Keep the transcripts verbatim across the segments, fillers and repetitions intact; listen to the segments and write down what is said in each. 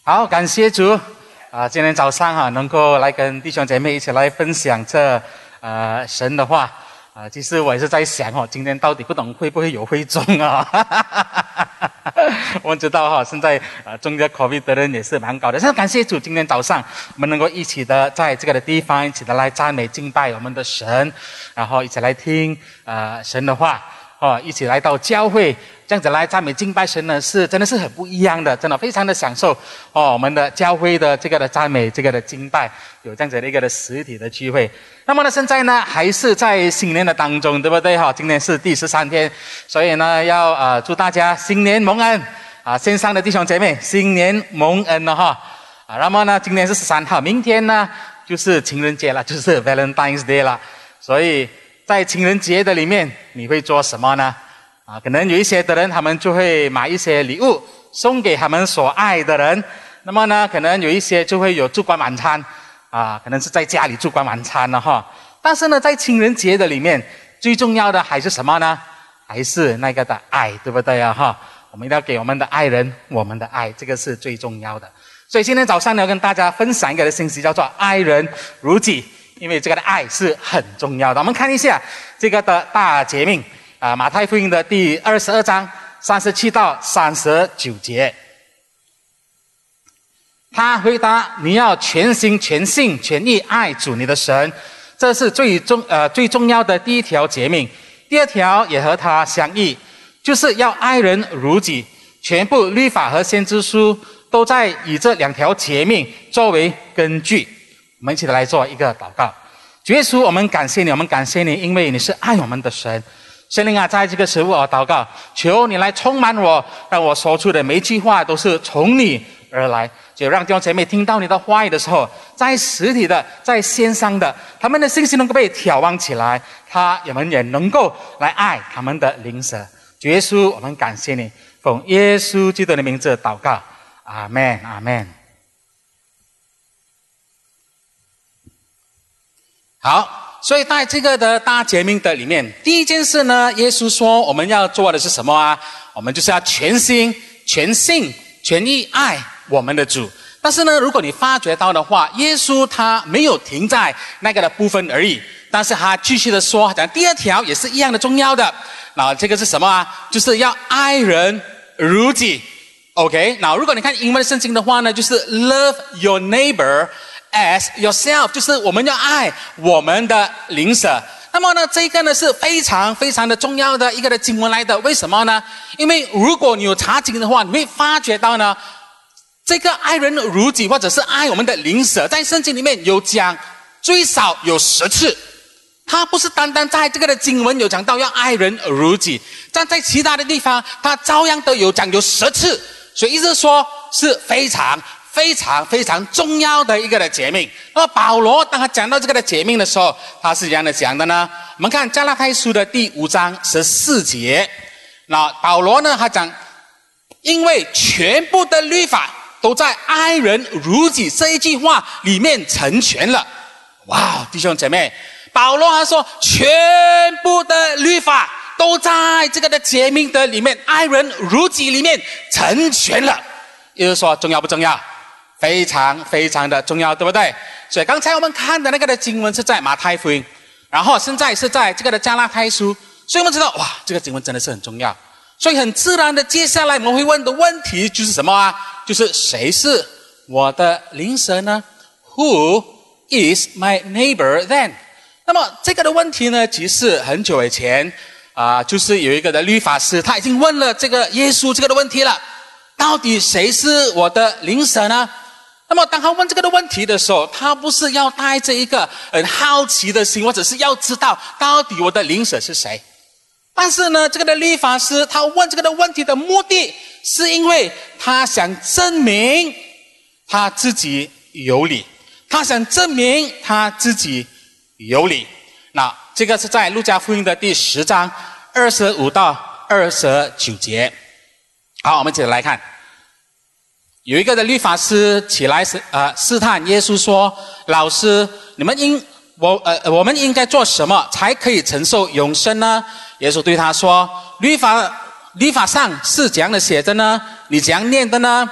好，感谢主啊！今天早上哈、啊，能够来跟弟兄姐妹一起来分享这呃神的话啊。其实我也是在想哦，今天到底不懂会不会有会中啊？我们知道哈、啊，现在呃中间 COVID 的人也是蛮高的。但是感谢主，今天早上我们能够一起的在这个的地方，一起的来赞美敬拜我们的神，然后一起来听呃神的话。哦，一起来到教会，这样子来赞美敬拜神呢，是真的是很不一样的，真的非常的享受哦。我们的教会的这个的赞美，这个的敬拜，有这样子的一个的实体的聚会。那么呢，现在呢还是在新年的当中，对不对哈？今天是第十三天，所以呢要呃祝大家新年蒙恩啊！线上的弟兄姐妹，新年蒙恩了哈啊！那么呢，今天是十三号，明天呢就是情人节了，就是 Valentine's Day 了，所以。在情人节的里面，你会做什么呢？啊，可能有一些的人，他们就会买一些礼物送给他们所爱的人。那么呢，可能有一些就会有烛光晚餐，啊，可能是在家里烛光晚餐了哈。但是呢，在情人节的里面，最重要的还是什么呢？还是那个的爱，对不对啊？哈，我们一定要给我们的爱人我们的爱，这个是最重要的。所以今天早上呢，要跟大家分享一个的信息，叫做爱人如己。因为这个的爱是很重要的。我们看一下这个的大诫命啊，马太福音的第二十二章三十七到三十九节。他回答：你要全心全性全意爱主你的神，这是最重呃最重要的第一条诫命。第二条也和它相异，就是要爱人如己。全部律法和先知书都在以这两条诫命作为根据。我们一起来做一个祷告。主耶稣，我们感谢你，我们感谢你，因为你是爱我们的神。圣灵啊，在这个时候我祷告，求你来充满我，让我说出的每一句话都是从你而来。就让弟兄姐妹听到你的话语的时候，在实体的，在线上的，他们的信心能够被挑旺起来，他们也能够来爱他们的邻舍。主耶稣，我们感谢你，奉耶稣基督的名字祷告，阿们，阿们。好，所以在这个的大诫命的里面，第一件事呢，耶稣说我们要做的是什么啊？我们就是要全心、全性、全意爱我们的主。但是呢，如果你发觉到的话，耶稣他没有停在那个的部分而已，但是他继续的说，讲第二条也是一样的重要的。那这个是什么啊？就是要爱人如己。OK， 那如果你看英文圣经的话呢，就是 love your neighbor。As yourself， 就是我们要爱我们的邻舍。那么呢，这个呢是非常非常的重要的一个的经文来的。为什么呢？因为如果你有查经的话，你会发觉到呢，这个爱人如己或者是爱我们的邻舍，在圣经里面有讲最少有十次。它不是单单在这个的经文有讲到要爱人如己，但在其他的地方，它照样都有讲有十次。所以意思说是非常。非常非常重要的一个的诫命。那么保罗当他讲到这个的诫命的时候，他是怎样的讲的呢？我们看加拉太书的第五章十四节。那保罗呢，他讲，因为全部的律法都在爱人如己这一句话里面成全了。哇，弟兄姐妹，保罗他说全部的律法都在这个的诫命的里面，爱人如己里面成全了。也就是说，重要不重要？非常非常的重要，对不对？所以刚才我们看的那个的经文是在马太福音，然后现在是在这个的加拉太书，所以我们知道，哇，这个经文真的是很重要。所以很自然的，接下来我们会问的问题就是什么啊？就是谁是我的邻舍呢？ Who is my neighbor then？ 那么这个的问题呢，其实很久以前啊、呃，就是有一个的律法师，他已经问了这个耶稣这个的问题了。到底谁是我的邻舍呢？那么当他问这个的问题的时候，他不是要带着一个很好奇的心，或者是要知道到底我的邻舍是谁。但是呢，这个的律法师他问这个的问题的目的，是因为他想证明他自己有理，他想证明他自己有理。那这个是在路加福音的第十章二十五到二十九节。好，我们一起来看。有一个的律法师起来是呃试探耶稣说：“老师，你们应我呃我们应该做什么才可以承受永生呢？”耶稣对他说：“律法律法上是怎样的写着呢？你怎样念的呢？”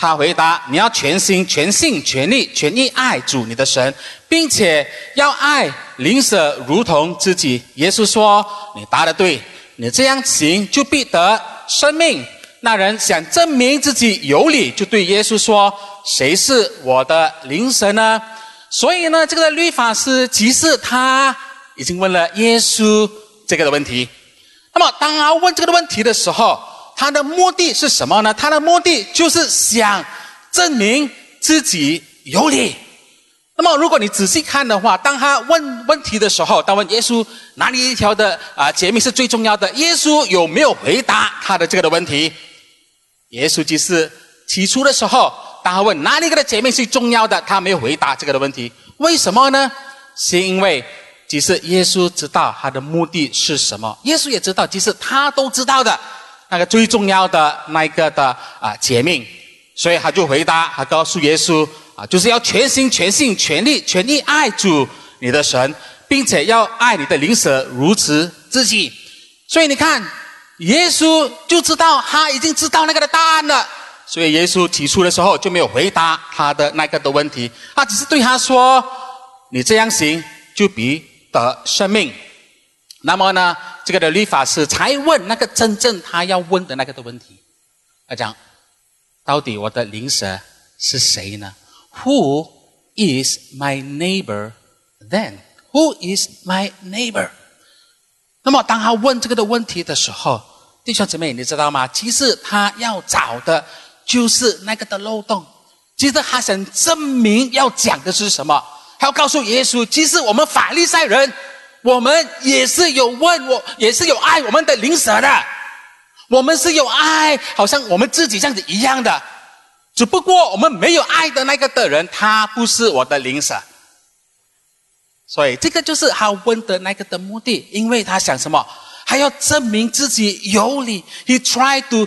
他回答：你要全心、全性、全力、全意爱主你的神，并且要爱邻舍如同自己。耶稣说：你答得对，你这样行就必得生命。那人想证明自己有理，就对耶稣说：谁是我的邻舍呢？所以呢，这个律法师即使他已经问了耶稣这个的问题，那么当他问这个问题的时候，他的目的是什么呢？他的目的就是想证明自己有理。那么如果你仔细看的话，当他问问题的时候，当问耶稣哪里一条的啊诫命是最重要的，耶稣有没有回答他的这个的问题？耶稣即是起初的时候，当他问哪里一个的诫命是重要的，他没有回答这个的问题。为什么呢？是因为即使耶稣知道他的目的是什么，耶稣也知道，即使他都知道的那个最重要的那一个的啊诫命，所以他就回答，他告诉耶稣啊，就是要全心、全性、全力、全意爱主你的神，并且要爱你的邻舍如此自己。所以你看，耶稣就知道他已经知道那个的答案了，所以耶稣起初的时候就没有回答他的那个的问题，他只是对他说：你这样行就必得生命。那么呢，这个的律法师才问那个真正他要问的那个的问题，他讲：到底我的邻舍是谁呢？ Who is my neighbor then? Who is my neighbor? 那么当他问这个的问题的时候，弟兄姊妹，你知道吗？其实他要找的就是那个的漏洞，其实他想证明要讲的是什么，他要告诉耶稣，其实我们法利赛人，我们也是有问，我也是有爱我们的邻舍的，我们是有爱，好像我们自己这样子一样的，只不过我们没有爱的那个的人，他不是我的邻舍。所以这个就是他问的那个的目的，因为他想什么？他要证明自己有理。He tried to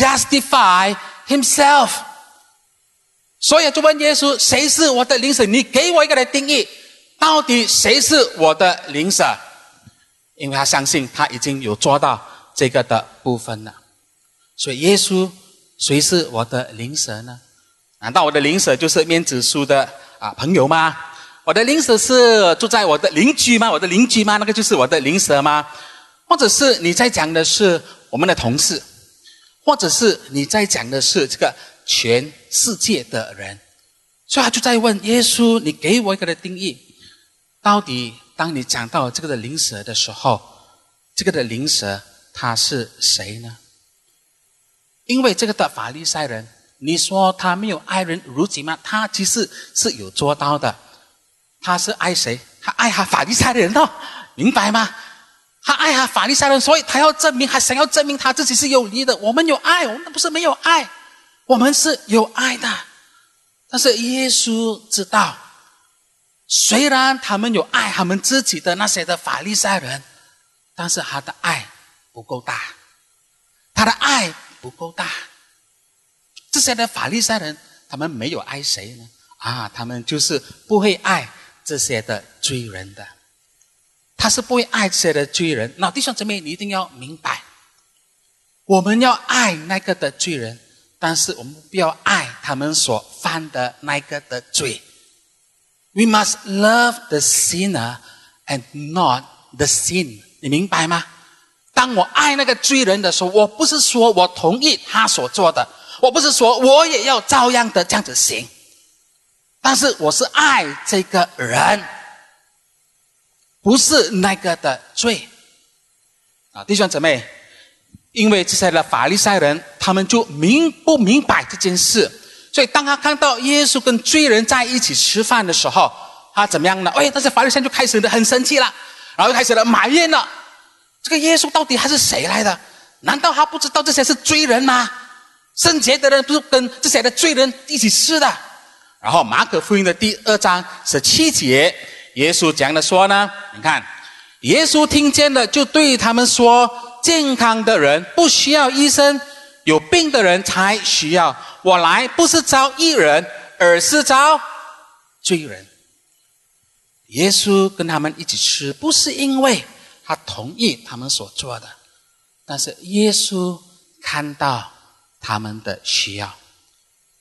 justify himself。所以就问耶稣：谁是我的邻舍？你给我一个来定义，到底谁是我的邻舍？因为他相信他已经有做到这个的部分了。所以耶稣，谁是我的邻舍呢？难道我的邻舍就是面子书的啊朋友吗？我的邻舍是住在我的邻居吗？我的邻居吗？那个就是我的邻舍吗？或者是你在讲的是我们的同事，或者是你在讲的是这个全世界的人？所以他就在问耶稣：你给我一个的定义，到底当你讲到这个的邻舍的时候，这个的邻舍他是谁呢？因为这个的法利赛人，你说他没有爱人如己吗？他其实是有做到的。他是爱谁？他爱他法利赛人哦，明白吗？他爱他法利赛人，所以他要证明，他想要证明他自己是有理的。我们有爱，我们不是没有爱，我们是有爱的。但是耶稣知道，虽然他们有爱他们自己的那些的法利赛人，但是他的爱不够大，他的爱不够大。这些的法利赛人，他们没有爱谁呢？啊，他们就是不会爱这些的罪人的，他是不会爱这些的罪人。那弟兄姊妹，你一定要明白，我们要爱那个的罪人，但是我们不要爱他们所犯的那个的罪。We must love the sinner and not the sin。你明白吗？当我爱那个罪人的时候，我不是说我同意他所做的，我不是说我也要照样的这样子行，但是我是爱这个人，不是那个的罪啊，弟兄姊妹，因为这些的法利赛人，他们就明不明白这件事，所以当他看到耶稣跟罪人在一起吃饭的时候，他怎么样呢？哎，那些法利赛人就开始很生气了，然后就开始了埋怨了，这个耶稣到底他是谁来的？难道他不知道这些是罪人吗？圣洁的人不是跟这些的罪人一起吃的？然后马可福音的第二章十七节，耶稣讲的说呢，你看，耶稣听见了，就对他们说：健康的人不需要医生，有病的人才需要。我来不是招义人，而是招罪人。耶稣跟他们一起吃，不是因为他同意他们所做的，但是耶稣看到他们的需要。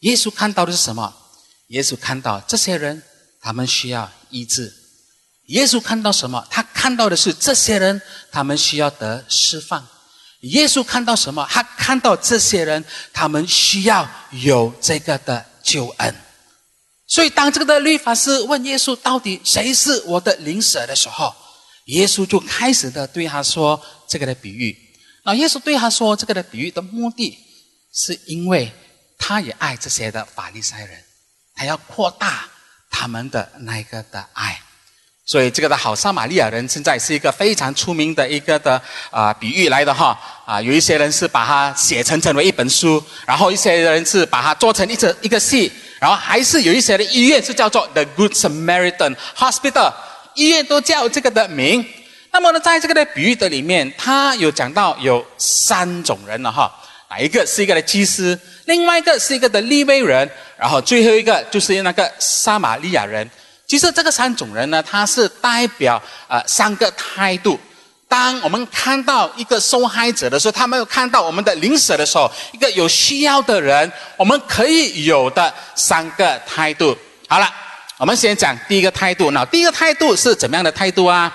耶稣看到的是什么？耶稣看到这些人，他们需要医治。耶稣看到什么？他看到的是这些人，他们需要得释放。耶稣看到什么？他看到这些人，他们需要有这个的救恩。所以当这个的律法师问耶稣到底谁是我的邻舍的时候，耶稣就开始的对他说这个的比喻。然后耶稣对他说这个的比喻的目的，是因为他也爱这些的法利赛人，他要扩大他们的那个的爱。所以这个的好撒玛利亚人现在是一个非常出名的一个的啊、呃、比喻来的哈啊，有一些人是把它写成成为一本书，然后一些人是把它做成一个一个戏，然后还是有一些的医院是叫做 The Good Samaritan Hospital， 医院都叫这个的名。那么呢，在这个的比喻的里面，他有讲到有三种人了哈，哪一个是一个的祭司，另外一个是一个的利未人，然后最后一个就是那个撒玛利亚人。其实这个三种人呢，它是代表呃三个态度。当我们看到一个受害者的时候，他们有看到我们的邻舍的时候，一个有需要的人，我们可以有的三个态度。好了，我们先讲第一个态度。那第一个态度是怎么样的态度啊？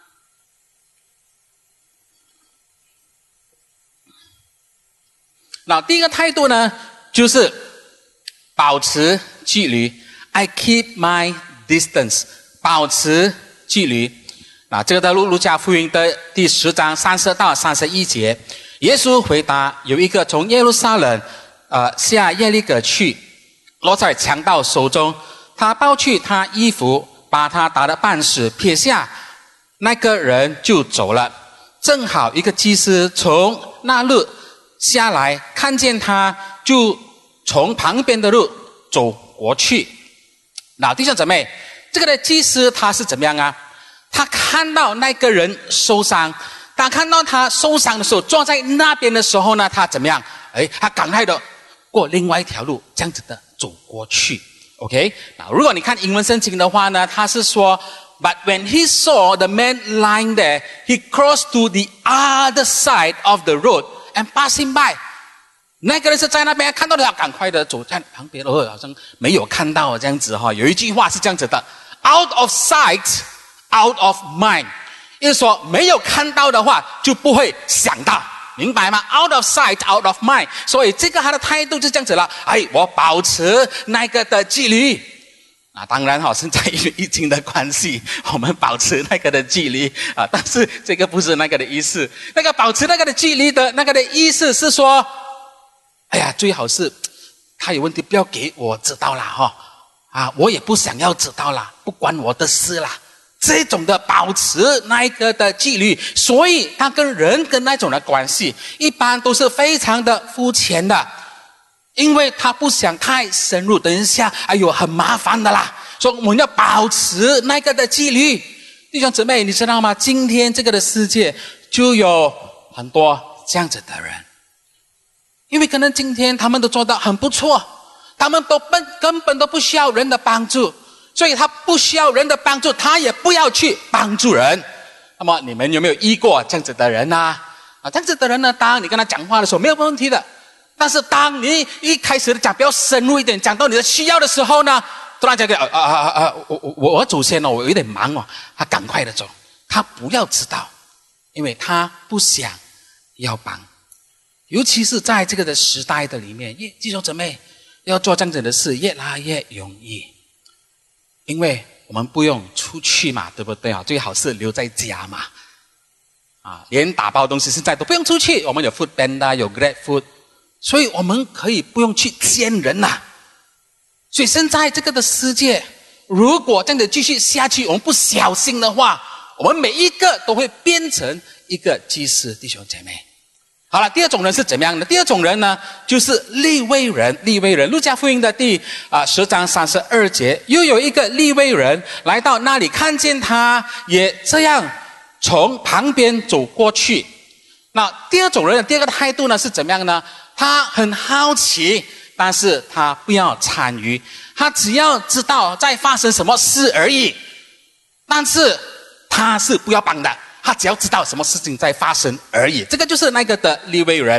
那第一个态度呢，就是保持距离。I keep my distance， 保持距离。那这个在路路加福音的第十章三十到三十一节，耶稣回答：有一个从耶路撒冷呃下耶利哥去，落在强盗手中，他剥去他衣服，把他打得半死，撇下那个人就走了。正好一个祭司从那路下来，看见他，就从旁边的路走过去。那弟兄姊妹，这个的祭司他是怎么样啊？他看到那个人受伤，他看到他受伤的时候，坐在那边的时候呢，他怎么样？哎，他赶快的过另外一条路，这样子的走过去。OK， 那如果你看英文圣经的话呢，他是说 ，But when he saw the man lying there, he crossed to the other side of the road and passed him by。那个人是在那边看到的，赶快的走在旁边，哦，好像没有看到这样子哈。有一句话是这样子的 ：“Out of sight, out of mind”， 意思说没有看到的话就不会想到，明白吗 ？Out of sight, out of mind。所以这个他的态度是这样子了。哎，我保持那个的距离。啊，当然哈，现在因为疫情的关系，我们保持那个的距离啊，但是这个不是那个的意思。那个保持那个的距离的那个的意思是说。哎呀，最好是他有问题不要给我知道啦哈、哦、啊，我也不想要知道啦，不关我的事啦。这种的保持那一个的距离，所以他跟人跟那种的关系，一般都是非常的肤浅的，因为他不想太深入，等一下哎呦很麻烦的啦。所以我们要保持那个的距离。弟兄姊妹，你知道吗？今天这个的世界就有很多这样子的人。因为可能今天他们都做到很不错，他们都根根本都不需要人的帮助，所以他不需要人的帮助，他也不要去帮助人。那么你们有没有遇过这样子的人呢？啊，这样子的人呢，当你跟他讲话的时候没有问题的，但是当你一开始讲比较深入一点，讲到你的需要的时候呢，突然讲个啊啊啊啊，我我我我走先哦，我有点忙哦，他赶快的走，他不要知道，因为他不想要帮。尤其是在这个的时代的里面，弟兄姊妹要做这样子的事越来越容易，因为我们不用出去嘛，对不对啊？最好是留在家嘛，啊，连打包东西现在都不用出去，我们有 Foodpanda， 有 GrabFood， 所以我们可以不用去见人呐。所以现在这个的世界，如果这样子继续下去，我们不小心的话，我们每一个都会变成一个祭司，弟兄姐妹。好了，第二种人是怎么样的？第二种人呢，就是利未人。利未人，路加福音的第啊十章三十二节，又有一个利未人来到那里，看见他也这样从旁边走过去。那第二种人的第二个态度呢是怎么样呢？他很好奇，但是他不要参与，他只要知道在发生什么事而已，但是他是不要帮的。他只要知道什么事情在发生而已，这个就是那个的利未人。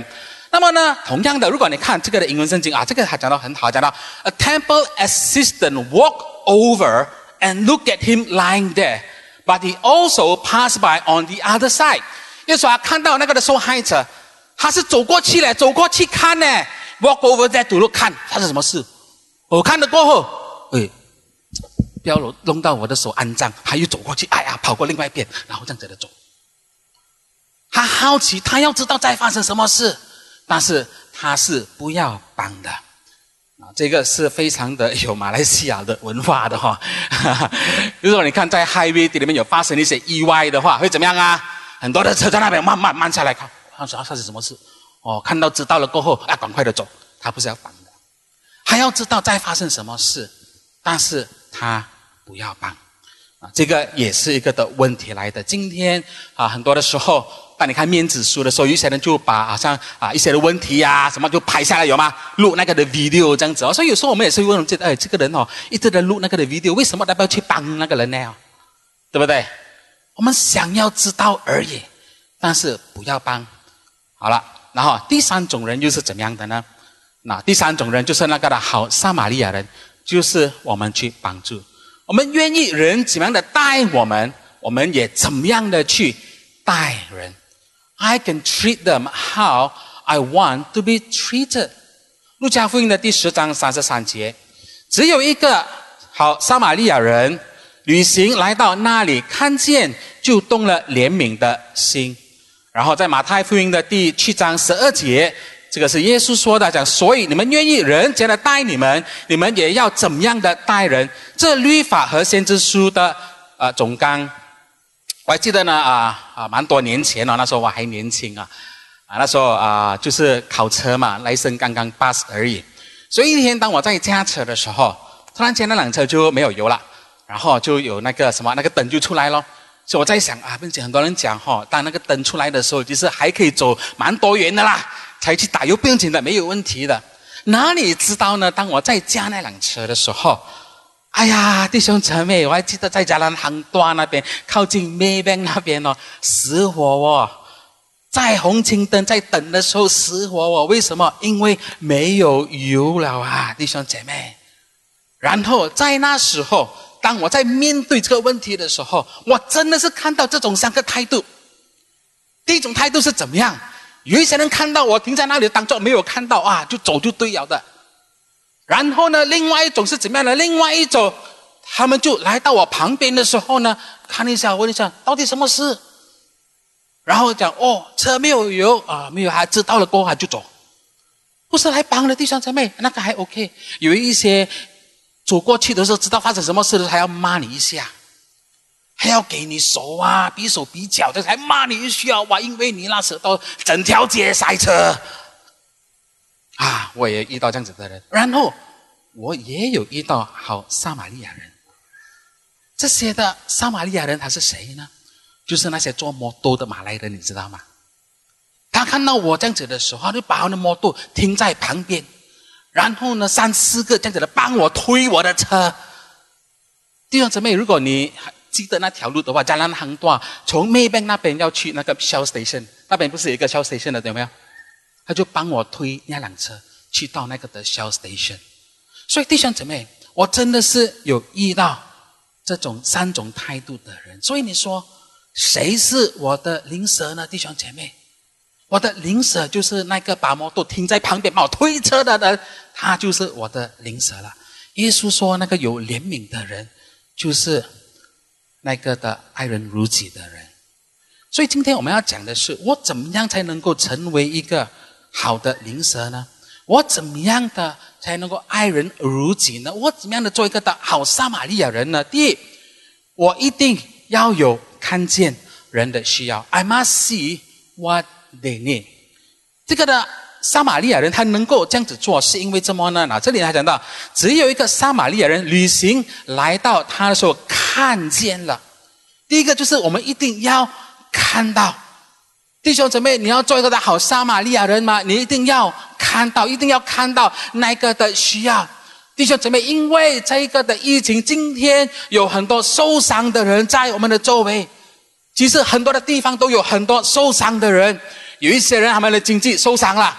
那么呢，同样的，如果你看这个的英文圣经啊，这个还讲到很好，讲到 a temple assistant walk over and look at him lying there, but he also passed by on the other side. 耶稣啊，看到那个的受害者，他是走过去嘞，走过去看呢 ，walk over there to look 看发生什么事。我看了过后，哎，不要弄到我的手肮脏，他又走过去，哎呀，跑过另外一边，然后这样子的走。他好奇，他要知道在发生什么事，但是他是不要帮的。啊，这个是非常的有马来西亚的文化的哈。如果你看在 highway 里面有发生一些意外的话，会怎么样啊？很多的车在那边慢慢慢下来看，他说发生什么事？哦，看到知道了过后，啊，赶快的走。他不是要帮的，他要知道在发生什么事，但是他不要帮。啊，这个也是一个的问题来的。今天啊，很多的时候，当你看面子书的时候，有些人就把好像啊一些的问题啊什么就拍下来，有吗？录那个的 video 这样子哦。所以有时候我们也是问，哎，这个人哦，一直在录那个的 video， 为什么他不要去帮那个人呢？对不对？我们想要知道而已，但是不要帮。好了，然后第三种人又是怎么样的呢？那第三种人就是那个的好撒玛利亚人，就是我们去帮助。我们愿意人怎么样的待我们，我们也怎么样的去待人。I can treat them how I want to be treated. 路加福音的第十章三十三节，只有一个好撒玛利亚人旅行来到那里，看见就动了怜悯的心。然后在马太福音的第七章十二节，这个是耶稣说的，讲所以你们愿意人怎样的待你们，你们也要怎么样的待人。这律法和先知书的呃总纲。我还记得呢啊啊，蛮多年前了，那时候我还年轻啊啊，那时候啊就是考车嘛，来生刚刚 pass 而已。所以一天当我在驾车的时候，突然间那辆车就没有油了，然后就有那个什么那个灯就出来咯。所以我在想啊，并且很多人讲哈，当那个灯出来的时候，其实还可以走蛮多远的啦，才去打油不用紧的，没有问题的。哪里知道呢？当我在驾那辆车的时候，哎呀，弟兄姊妹，我还记得在加兰航段那边，靠近 Maybank 那边哦，死火哦，在红青灯在等的时候死火哦。为什么？因为没有油了啊，弟兄姐妹。然后在那时候，当我在面对这个问题的时候，我真的是看到这种三个态度。第一种态度是怎么样？有一些人看到我停在那里，当作没有看到啊，就走就对了的。然后呢，另外一种是怎么样的？另外一种，他们就来到我旁边的时候呢，看一下，问一下到底什么事，然后讲哦，车没有油啊，没有，还知道了过后还就走，不是来帮的弟兄姊妹，那个还 OK。有一些走过去的时候，知道发生什么事的时候，还要骂你一下，还要给你手啊，比手比脚的，还骂你一下，哇，因为你那时候整条街塞车。啊，我也遇到这样子的人，然后我也有遇到好撒玛利亚人。这些的撒玛利亚人他是谁呢？就是那些做摩托的马来人，你知道吗？他看到我这样子的时候，他就把我的摩托停在旁边，然后呢，三四个这样子的帮我推我的车。弟兄姊妹，如果你记得那条路的话，加兰航段从 Maybank 那边要去那个 Shell Station， 那边不是有一个 Shell Station 的，有没有？他就帮我推那辆车去到那个的 Shell Station。 所以弟兄姊妹，我真的是有遇到这种三种态度的人。所以你说谁是我的邻舍呢？弟兄姐妹，我的邻舍就是那个把摩托停在旁边帮我推车的人，他就是我的邻舍了。耶稣说那个有怜悯的人就是那个的爱人如己的人。所以今天我们要讲的是，我怎么样才能够成为一个好的邻舍呢？我怎么样的才能够爱人如己呢？我怎么样的做一个的好撒玛利亚人呢？第一，我一定要有看见人的需要。 I must see what they need。 这个的撒玛利亚人他能够这样子做，是因为什么呢？那这里还讲到，只有一个撒玛利亚人旅行来到他的时候看见了。第一个就是我们一定要看到。弟兄姊妹，你要做一个的好撒玛利亚人吗？你一定要看到，一定要看到那个的需要。弟兄姊妹，因为这个的疫情，今天有很多受伤的人在我们的周围。其实很多的地方都有很多受伤的人，有一些人他们的经济受伤了，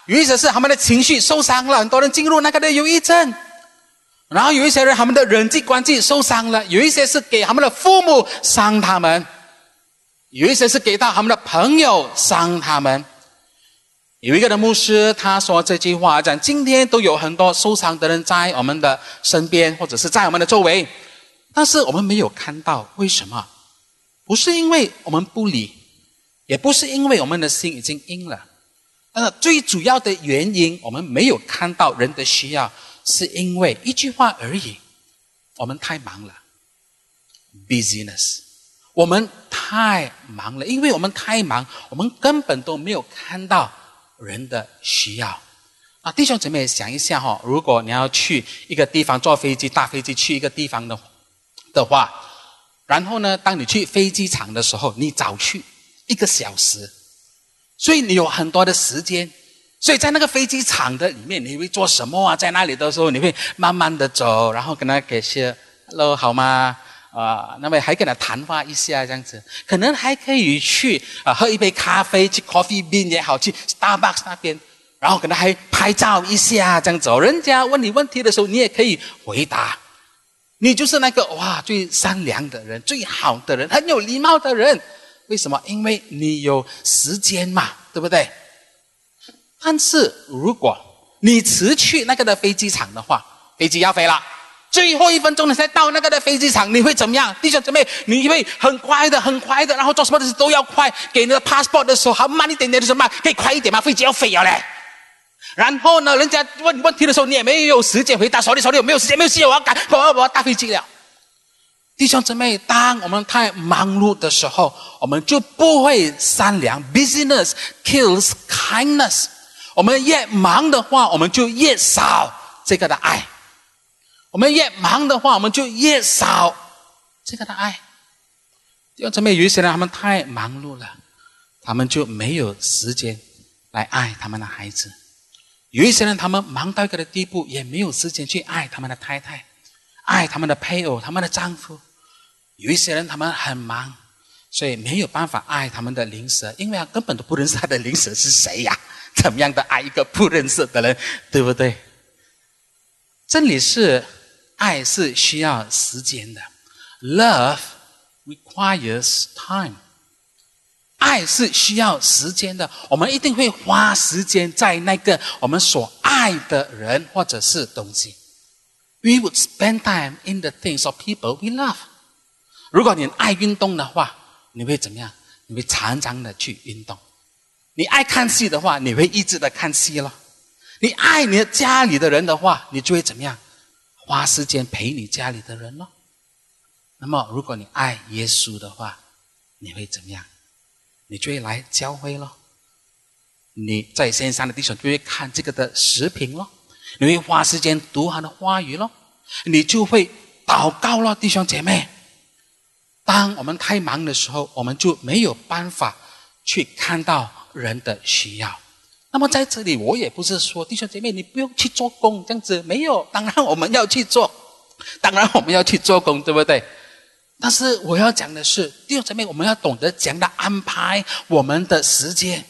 有一些是他们的情绪受伤了，很多人进入那个的忧郁症。然后有一些人他们的人际关系受伤了，有一些是给他们的父母伤他们，有一些是给到他们的朋友伤他们。有一个的牧师他说这句话，讲今天都有很多受伤的人在我们的身边，或者是在我们的周围，但是我们没有看到。为什么？不是因为我们不理，也不是因为我们的心已经硬了，但是最主要的原因我们没有看到人的需要，是因为一句话而已，我们太忙了 busyness， 我们太忙了，因为我们太忙，我们根本都没有看到人的需要。啊，弟兄姊妹想一下哈、哦，如果你要去一个地方坐飞机，大飞机去一个地方的的话，然后呢，当你去飞机场的时候，你早去一个小时，所以你有很多的时间。所以在那个飞机场的里面，你会做什么啊？在那里的时候，你会慢慢的走，然后跟他给些 hello 好吗？啊、呃，那么还跟他谈话一下这样子，可能还可以去啊、呃、喝一杯咖啡，去 Coffee Bean 也好，去 Starbucks 那边，然后可能还拍照一下这样子。人家问你问题的时候，你也可以回答。你就是那个哇最善良的人，最好的人，很有礼貌的人。为什么？因为你有时间嘛，对不对？但是如果你迟去那个的飞机场的话，飞机要飞了，最后一分钟你才到那个的飞机场，你会怎么样？弟兄姊妹，你会很快的很快的，然后做什么事都要快，给你的 passport 的时候还慢一点点的时候慢，可以快一点吗？飞机要飞了嘞。然后呢，人家问你问题的时候，你也没有时间回答，手里手里有没有时间？没有时间，我要赶，我要我要搭飞机了。弟兄姊妹，当我们太忙碌的时候，我们就不会善良。Busyness kills kindness。我们越忙的话，我们就越少这个的爱。我们越忙的话，我们就越少这个的爱。弟兄姊妹，有一些人他们太忙碌了，他们就没有时间来爱他们的孩子。有一些人他们忙到一个的地步，也没有时间去爱他们的太太，爱他们的配偶，他们的丈夫。有一些人他们很忙，所以没有办法爱他们的邻舍，因为他根本都不认识他的邻舍是谁呀、啊？怎么样的爱一个不认识的人，对不对？真理是爱是需要时间的 ，Love requires time。爱是需要时间的，我们一定会花时间在那个我们所爱的人或者是东西。We would spend time in the things of people we love。如果你爱运动的话，你会怎么样？你会常常的去运动。你爱看戏的话，你会一直的看戏了。你爱你的家里的人的话，你就会怎么样？花时间陪你家里的人咯。那么如果你爱耶稣的话，你会怎么样？你就会来教会咯。你在线上的弟兄就会看这个的视频咯。你会花时间读他的话语咯。你就会祷告咯，弟兄姐妹。当我们太忙的时候，我们就没有办法去看到人的需要。那么在这里我也不是说弟兄姐妹你不用去做工这样子，没有，当然我们要去做，当然我们要去做工，对不对？但是我要讲的是，弟兄姐妹，我们要懂得怎样的安排我们的时间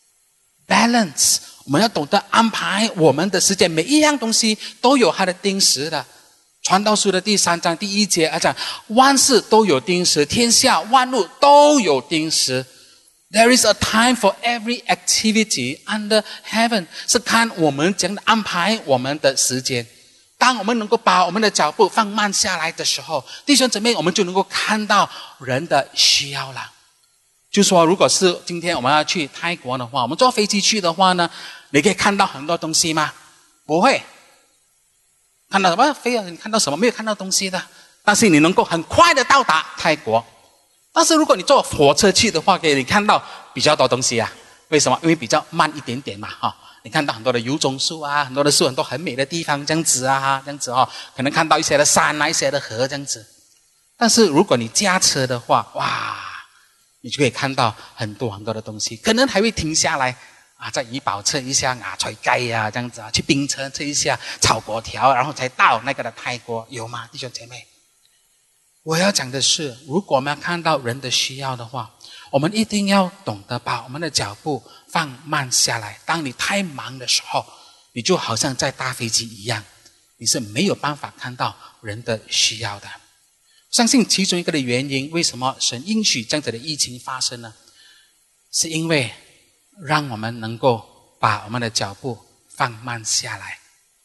balance， 我们要懂得安排我们的时间，每一样东西都有它的定时的。传道书的第三章第一节啊讲，万事都有定时，天下万物都有定时。There is a time for every activity under heaven， 是看我们怎样的安排我们的时间。当我们能够把我们的脚步放慢下来的时候，弟兄姊妹，我们就能够看到人的需要了。就说如果是今天我们要去泰国的话，我们坐飞机去的话呢，你可以看到很多东西吗？不会。看到什么？飞啊，你看到什么？没有看到东西的。但是你能够很快的到达泰国。但是如果你坐火车去的话，可以你看到比较多东西啊。为什么？因为比较慢一点点嘛，哈。你看到很多的油棕树啊，很多的树，很多很美的地方，这样子啊，这样子哦，可能看到一些的山啊，一些的河这样子。但是如果你驾车的话，哇，你就可以看到很多很多的东西，可能还会停下来啊，在怡保吃一下芽菜鸡啊，这样子啊，去槟城吃一下炒粿条，然后才到那个的泰国，有吗，弟兄姐妹？我要讲的是，如果我们要看到人的需要的话，我们一定要懂得把我们的脚步放慢下来。当你太忙的时候，你就好像在搭飞机一样，你是没有办法看到人的需要的。相信其中一个的原因，为什么神允许这样子的疫情发生呢？是因为让我们能够把我们的脚步放慢下来，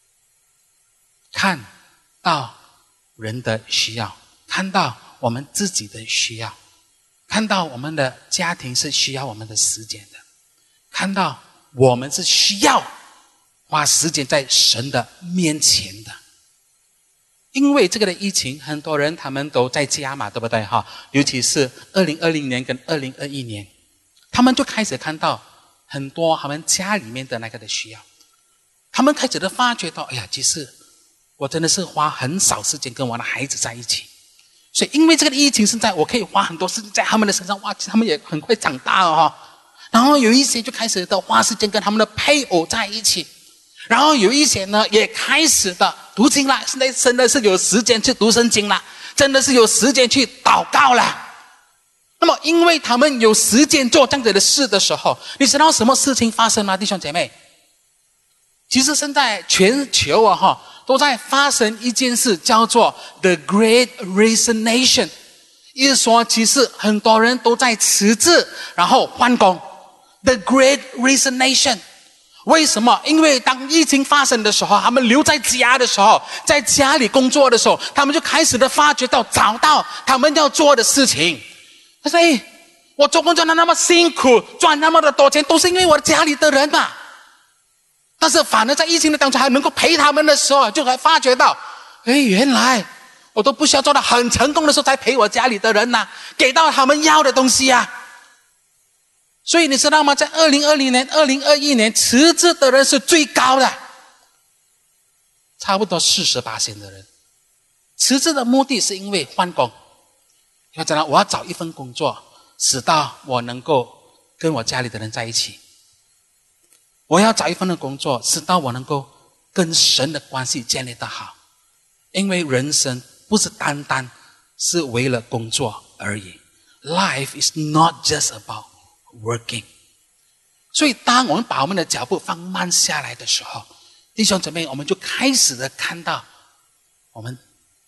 看到人的需要，看到我们自己的需要，看到我们的家庭是需要我们的时间的，看到我们是需要花时间在神的面前的。因为这个的疫情，很多人他们都在家嘛，对不对哈？尤其是二零二零年跟二零二一年，他们就开始看到很多他们家里面的那个的需要，他们开始的发觉到，哎呀，其实我真的是花很少时间跟我的孩子在一起。所以因为这个疫情，现在我可以花很多时间在他们的身上，哇，他们也很快长大了哈。然后有一些就开始的花时间跟他们的配偶在一起，然后有一些呢也开始的读经了，现在真的是有时间去读圣经了，真的是有时间去祷告了。那么因为他们有时间做这样子的事的时候，你知道什么事情发生吗，弟兄姐妹？其实现在全球啊哈都在发生一件事，叫做 The Great Resignation， 意思说其实很多人都在辞职然后换工。 The Great Resignation， 为什么？因为当疫情发生的时候，他们留在家的时候，在家里工作的时候，他们就开始的发觉到找到他们要做的事情。他说，哎，我做工作的那么辛苦，赚那么的多钱，都是因为我的家里的人嘛。但是反而在疫情的当中还能够陪他们的时候，就还发觉到，哎，原来我都不需要做到很成功的时候才陪我家里的人呐、啊，给到他们要的东西啊。所以你知道吗？在二零二零年、二零二一年，辞职的人是最高的，差不多 百分之四十八 的人辞职的目的是因为换工。要讲到我要找一份工作，使到我能够跟我家里的人在一起。我要找一份的工作，使到我能够跟神的关系建立得好。因为人生不是单单是为了工作而已。Life is not just about working。 所以当我们把我们的脚步放慢下来的时候，弟兄姊妹，我们就开始的看到我们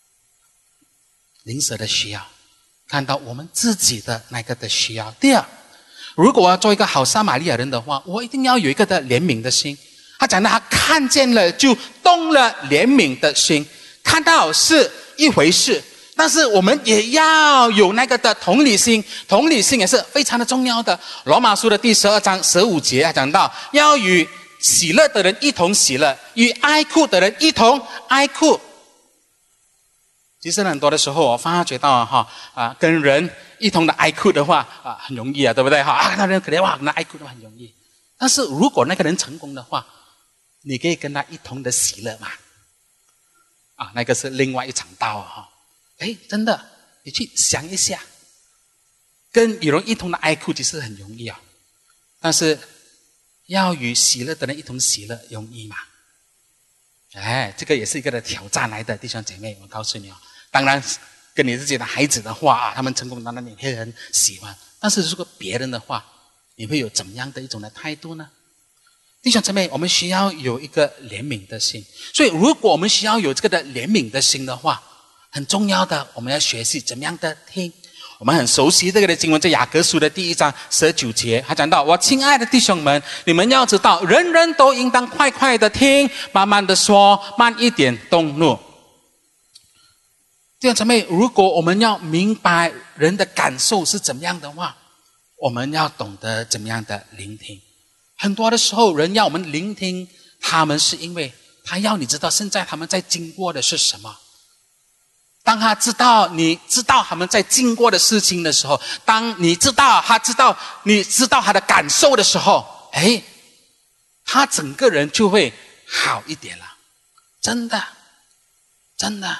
邻舍的需要，看到我们自己的那个的需要。第二，如果我要做一个好撒玛利亚人的话，我一定要有一个的怜悯的心。他讲到他看见了就动了怜悯的心，看到是一回事，但是我们也要有那个的同理心，同理心也是非常的重要的。罗马书的第十二章十五节啊，讲到要与喜乐的人一同喜乐，与哀哭的人一同哀哭。其实很多的时候我发觉到哈啊，跟人一同的哀哭的话啊，很容易啊，对不对哈？啊，那人可能哇，跟他哀哭的话很容易。但是如果那个人成功的话，你可以跟他一同的喜乐嘛。啊，那个是另外一场道哈。哎，真的，你去想一下，跟有人一同的哀哭其实很容易啊，但是要与喜乐的人一同喜乐容易吗？哎，这个也是一个的挑战来的，弟兄姐妹，我告诉你哦。当然，跟你自己的孩子的话啊，他们成功，当然你会很喜欢。但是如果别人的话，你会有怎么样的一种的态度呢？弟兄姊妹，我们需要有一个怜悯的心。所以，如果我们需要有这个的怜悯的心的话，很重要的，我们要学习怎么样的听。我们很熟悉这个的经文，在雅各书的第一章十九节，他讲到：我亲爱的弟兄们，你们要知道，人人都应当快快的听，慢慢的说，慢一点动怒。弟兄姊妹，如果我们要明白人的感受是怎么样的话，我们要懂得怎么样的聆听。很多的时候，人要我们聆听他们，是因为他要你知道现在他们在经过的是什么。当他知道你知道他们在经过的事情的时候，当你知道他知道你知道他的感受的时候，哎，他整个人就会好一点了。真的，真的。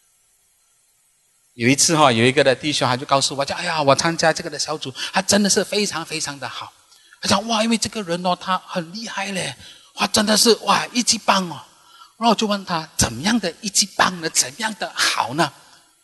有一次哈、哦，有一个的弟兄他就告诉我，讲哎呀，我参加这个的小组，他真的是非常非常的好。他讲哇，因为这个人哦，他很厉害嘞，哇，真的是哇一级棒哦。然后我就问他，怎么样的一级棒呢？怎么样的好呢？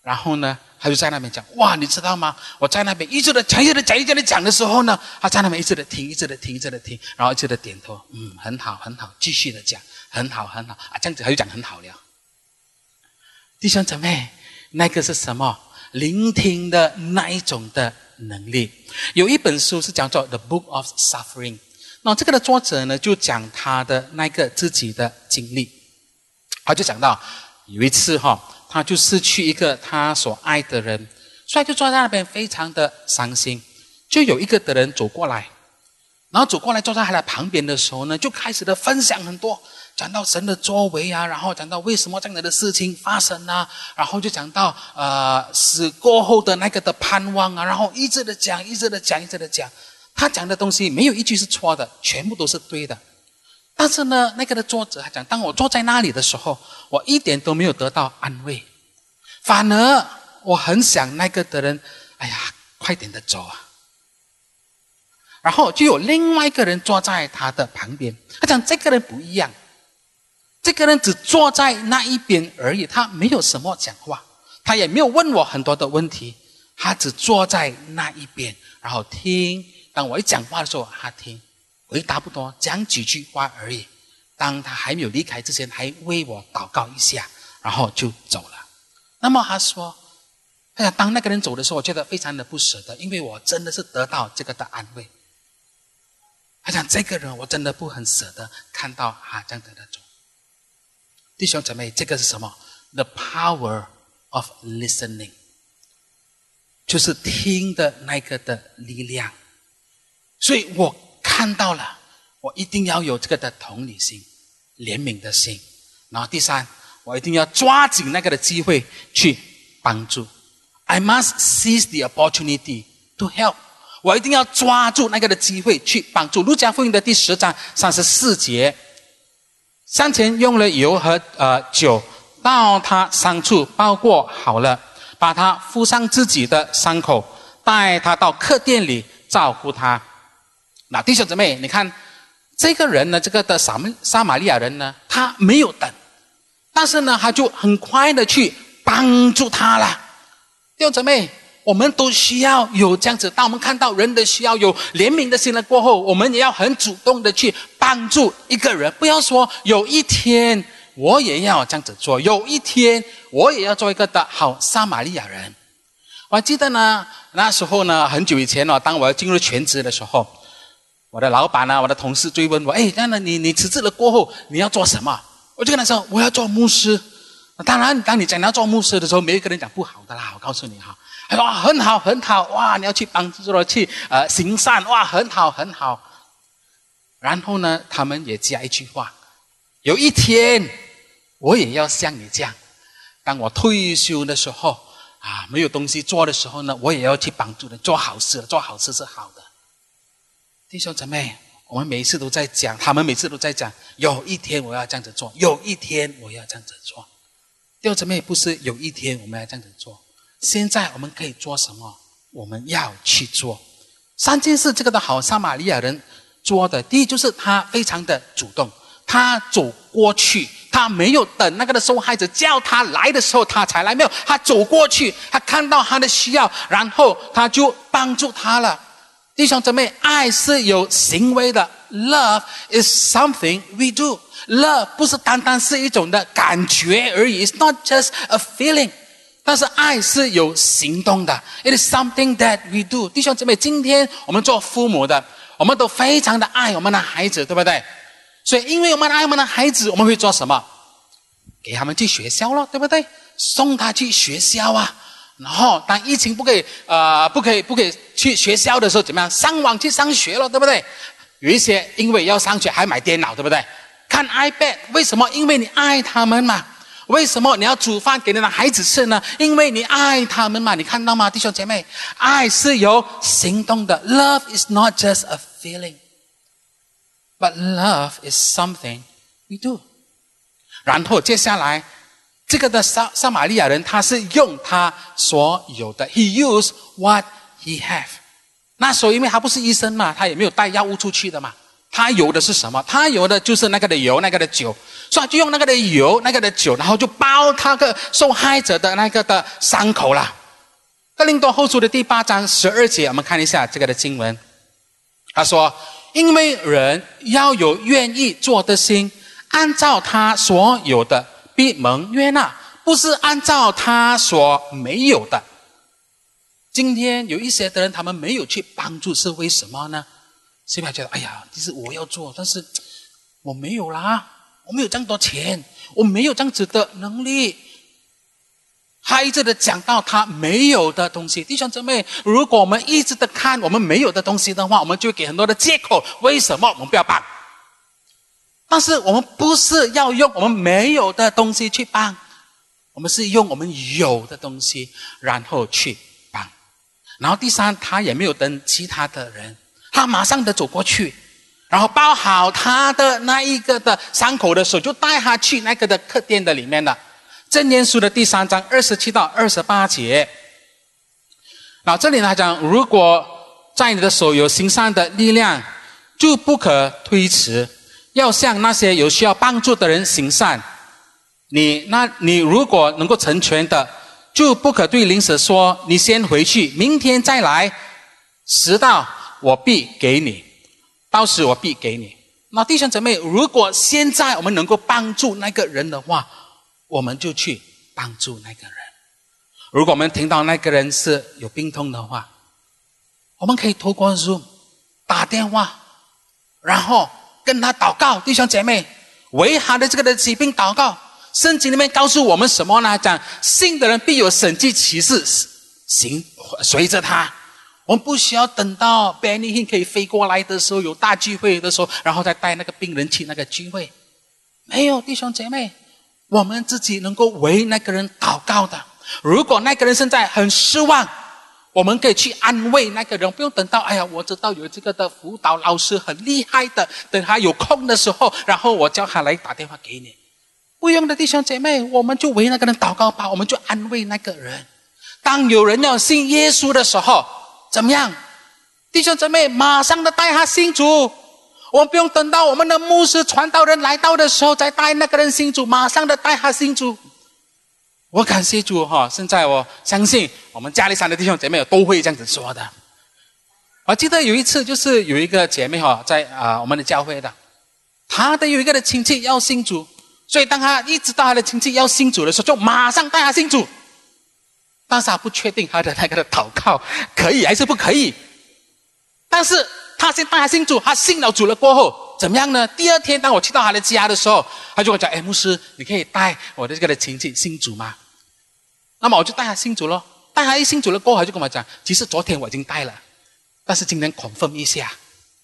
然后呢，他就在那边讲，哇，你知道吗？我在那边一直的讲，一直的讲，一直的讲的时候呢，他在那边一直的听，一直的听，一直的听，然后一直的点头，嗯，很好，很好，继续的讲，很好，很好啊，这样子他就讲很好了。弟兄姊妹，那个是什么？聆听的那一种的能力。有一本书是讲做《The Book of Suffering》，那这个的作者呢，就讲他的那个自己的经历，他就讲到有一次哈、哦。他就失去一个他所爱的人，所以就坐在那边非常的伤心。就有一个的人走过来，然后走过来坐在他的旁边的时候呢，就开始的分享很多，讲到神的作为啊，然后讲到为什么这样的事情发生啊，然后就讲到呃死过后的那个的盼望啊，然后一直的讲，一直的讲，一直的讲。他讲的东西没有一句是错的，全部都是对的。但是呢，那个的作者他讲，当我坐在那里的时候，我一点都没有得到安慰，反而我很想那个的人，哎呀，快点的走啊！然后就有另外一个人坐在他的旁边，他讲这个人不一样，这个人只坐在那一边而已，他没有什么讲话，他也没有问我很多的问题，他只坐在那一边，然后听。当我一讲话的时候，他听。回答不多，讲几句话而已。当他还没有离开之前，还为我祷告一下，然后就走了。那么他说，哎呀，当那个人走的时候，我觉得非常的不舍得，因为我真的是得到这个的安慰。他讲这个人，我真的不很舍得看到他这样的那种。弟兄姊妹，这个是什么 ？The power of listening， 就是听的那个的力量。所以我看到了，我一定要有这个的同理心、怜悯的心。然后第三，我一定要抓紧那个的机会去帮助。I must seize the opportunity to help。我一定要抓住那个的机会去帮助。路加福音的第十章三十四节，上前用了油和呃酒，到他伤处包裹好了，把他敷上自己的伤口，带他到客店里照顾他。那弟兄姊妹，你看这个人呢，这个的撒撒玛利亚人呢，他没有等，但是呢，他就很快的去帮助他了。弟兄姊妹，我们都需要有这样子，当我们看到人的需要，有怜悯的心了过后，我们也要很主动的去帮助一个人。不要说有一天我也要这样子做，有一天我也要做一个的好撒玛利亚人。我还记得呢，那时候呢，很久以前哦，当我要进入全职的时候，我的老板啊，我的同事追问我，哎，那你你辞职了过后你要做什么？我就跟他说我要做牧师。当然当你讲你要做牧师的时候，没有一个人讲不好的啦，我告诉你哈。他说、哦、很好很好，哇，你要去帮助了，去呃行善，哇，很好很好。然后呢，他们也加一句话，有一天我也要像你这样，当我退休的时候啊，没有东西做的时候呢，我也要去帮助人，做好事，做好事是好的。弟兄姊妹，我们每一次都在讲，他们每次都在讲，有一天我要这样子做，有一天我要这样子做。弟兄姊妹，不是有一天我们要这样子做，现在我们可以做什么？我们要去做三件事。这个的好撒玛利亚人做的，第一就是他非常的主动，他走过去，他没有等那个的受害者叫他来的时候他才来，没有，他走过去，他看到他的需要，然后他就帮助他了。弟兄姊妹，爱是有行为的。 Love is something we do. Love 不是单单是一种的感觉而已， It's not just a feeling. 但是爱是有行动的， It is something that we do. 弟兄姊妹，今天我们做父母的，我们都非常的爱我们的孩子，对不对？所以因为我们爱我们的孩子，我们会做什么？给他们去学校了，对不对？送他去学校啊。然后当疫情不可以呃不可以不可以去学校的时候，怎么样？上网去上学了，对不对？有一些因为要上学还买电脑，对不对？看 iPad， 为什么？因为你爱他们嘛。为什么你要煮饭给你的孩子吃呢？因为你爱他们嘛。你看到吗，弟兄姐妹？爱是有行动的。 Love is not just a feeling, but love is something we do. 然后接下来这个的撒撒玛利亚人，他是用他所有的 He used what he have. 那时候因为他不是医生嘛，他也没有带药物出去的嘛， 他有的是什么？他有的就是那个的油，那个的酒，所以他就用那个的油，那个的酒，然后就包他个受害者的那个的伤口了。哥林多后书的第八章十二节，我们看一下这个的经文。他说：“因为人要有愿意做的心，按照他所有的必蒙悦纳，不是按照他所没有的。”今天有一些的人，他们没有去帮助，是为什么呢？是不是觉得哎呀，其实我要做，但是我没有啦，我没有这样多钱，我没有这样子的能力。他一直的讲到他没有的东西。弟兄姊妹，如果我们一直的看我们没有的东西的话，我们就会给很多的借口，为什么我们不要帮？但是我们不是要用我们没有的东西去帮，我们是用我们有的东西然后去帮。然后第三，他也没有等其他的人，他马上的走过去，然后包好他的那一个的伤口的时候，就带他去那个的客店的里面了。箴言书的第三章二十七到二十八节。然后这里呢讲，如果在你的手有行善的力量，就不可推迟，要向那些有需要帮助的人行善。你那你如果能够成全的，就不可对邻舍说，你先回去，明天再来，时到我必给你，到时我必给你。那弟兄姊妹，如果现在我们能够帮助那个人的话，我们就去帮助那个人。如果我们听到那个人是有病痛的话，我们可以透过 Zoom 打电话，然后跟他祷告。弟兄姐妹，为他的这个的疾病祷告。圣经里面告诉我们什么呢？讲信的人必有神迹奇事行随着他。我们不需要等到 Benny Hinn 可以飞过来的时候，有大聚会的时候，然后再带那个病人去那个聚会。没有，弟兄姐妹，我们自己能够为那个人祷告的。如果那个人现在很失望，我们可以去安慰那个人，不用等到哎呀，我知道有这个的辅导老师很厉害的，等他有空的时候，然后我叫他来打电话给你。不用的，弟兄姐妹，我们就为那个人祷告吧，我们就安慰那个人。当有人要信耶稣的时候，怎么样？弟兄姊妹，马上的带他信主。我们不用等到我们的牧师传道人来到的时候再带那个人信主，马上的带他信主。我感谢主哈！现在我相信我们加利山的弟兄姐妹都会这样子说的。我记得有一次，就是有一个姐妹哈，在啊、呃、我们的教会的，她的有一个的亲戚要信主，所以当她一知道她的亲戚要信主的时候，就马上带他信主。但是她不确定她的那个的祷告可以还是不可以。但是她先带他信主，她信了主了过后怎么样呢？第二天当我去到她的家的时候，她就跟我讲：“哎，牧师，你可以带我的这个的亲戚信主吗？”那么我就带他信主了。带他一信主了过后，他就跟我讲：“其实昨天我已经带了，但是今天confirm一下。”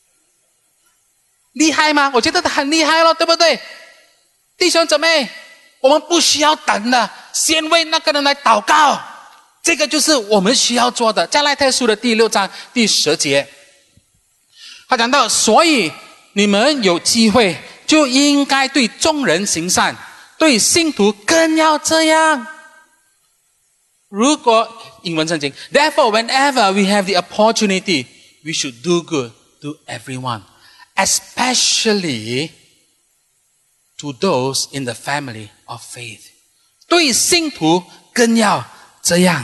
厉害吗？我觉得他很厉害了，对不对？弟兄姊妹，我们不需要等的，先为那个人来祷告，这个就是我们需要做的。加拉太书的第六章第十节，他讲到：“所以你们有机会就应该对众人行善，对信徒更要这样。”如果英文圣经 ，Therefore, whenever we have the opportunity, we should do good to everyone, especially to those in the family of faith. 对信徒更要这样。